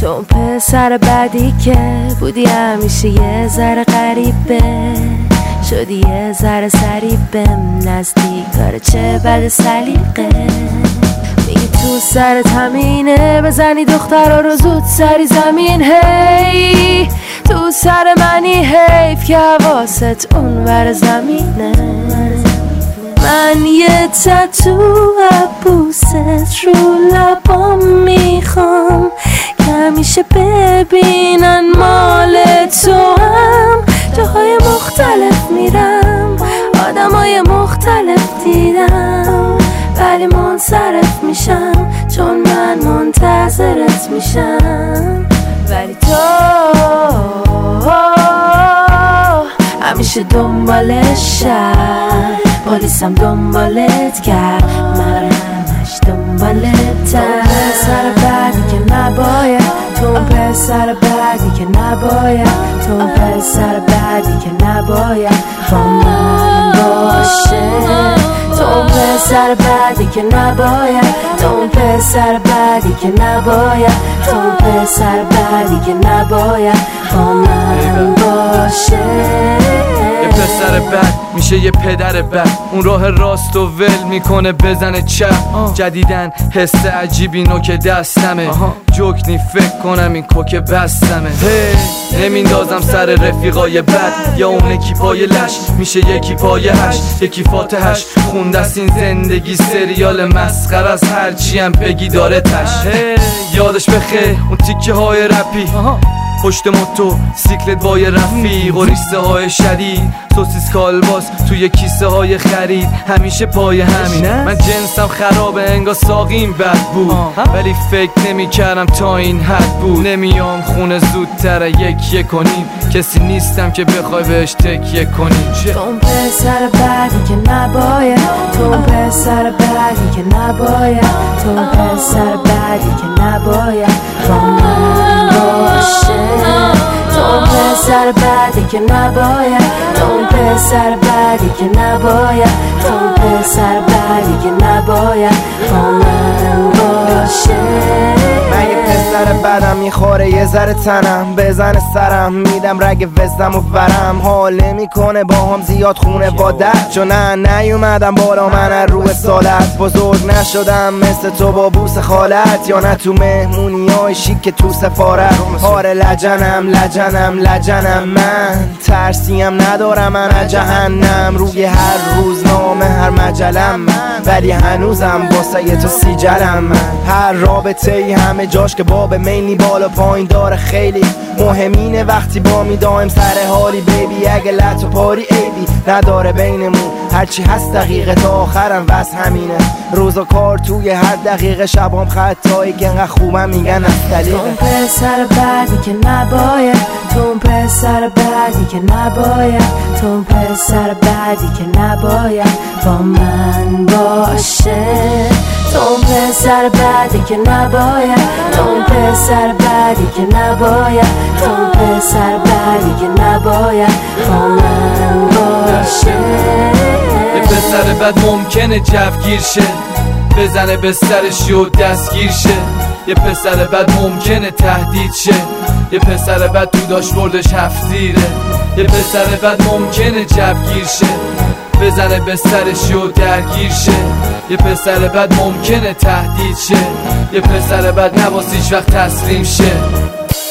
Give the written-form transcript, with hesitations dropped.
تو پسر بعدی که بودی همیشه یه ذره غریبه، شدی یه ذره سریبم نزدیک کاره چه بد سلیقه. میگی تو سرت همینه بزنی دخترها رو زود سری زمین. هی تو سر منی حیف که حواست اون ور زمینه. من یه تتو عبوست رو لبام میخوام که همیشه ببینن مال تو هم. جاهای مختلف میرم آدمای مختلف دیدم، ولی منصرف میشم چون من منتظرت میشم. ولی تو همیشه دنبال شهر، پلیسم دنبالت کرد، من همش دنبالتم. پسر بعدی که نباید، تو پسر بعدی که نباید، تو پسر بعدی که نباید با من باشه. تو پسر بعدی که نباید، تو پسر بعدی که نباید، تو پسر بعدی که نباید با من باشه. یه پسر بد میشه یه پدر بد، اون راه راست و ول میکنه بزنه چپ. جدیدن حس عجیبی نوک دستمه، جوکنی فکر کنم این کوک بستمه. نمیندازم سر رفیقای بد، یا اون یکی پای لش میشه یکی پای هش، یکی فاتحش خوندست این زندگی سریال مسخره از هرچی هم بگی داره تش. یادش بخیر اون تیکه های رپی، پشت موتو سیکلت بای رفیق و ریسته های شدید، سوسیس کالباس توی کیسه های خرید، همیشه پای همین. من جنسم خرابه انگار ساقیم بد بود، ولی فکر نمی کردم تا این حد بود. نمیام خونه زودتر یکیه کنیم، کسی نیستم که بخوای بهش تکیه کنیم. تو پسر بعدی که نباید، تو پسر بعدی که نباید، تو پسر بعدی که نباید با من باشه. تو پسر بعدی که نباید، تو پسر بعدی که نباید، تو پسر بعدی که نباید با من باشه. من یه پسر بدم میخوره یه ذره تنم، بزن سرم میدم رگ وزدم و برم. حال نمیکنه با هم زیاد خونه وادت، چون نیومدم بالا من از روح سالت. بزرگ نشدم مثل تو با بوس خالت، یا نه تو مهمونی های شیک که تو سفارت. آره لجنم من ترسیم ندارم من از جهنم. روی هر روزنامه هر مجلم من، ولی هنوزم واسه تو سیجلم من. هر رابطه ای همه جاش که باب میلی بالا پایین داره، خیلی مهمینه وقتی با می دایم سر حالی. بیبی اگه لط و پاری ایبی نداره بینمون، هرچی هست دقیقه تا آخرم بس همینه. روز و کار توی هر دقیقه، شبام خطایی که انقدر خوبم میگن از طریقه. تو پسر بعدی که نباید، تو پسر بعدی که نباید، تو پسر بعدی که نباید با من باشه. تو پسر بعدی که نباید، تو پسر بعدی که نباید، تو پسر بعدی که نباید با من باشه. یه پسر بد ممکنه جوگیر شه، بزنه به سرش و دستگیر شه. یه پسر بد ممکنه تهدید شه، یه پسر بد تو داشبوردش هفتیره. یه پسر بد ممکنه جوگیر شه، بزنه به سرش و درگیر شه. یه پسر بد ممکنه تهدید شه، یه پسر بد نباس هیچ وقت تسلیم شه.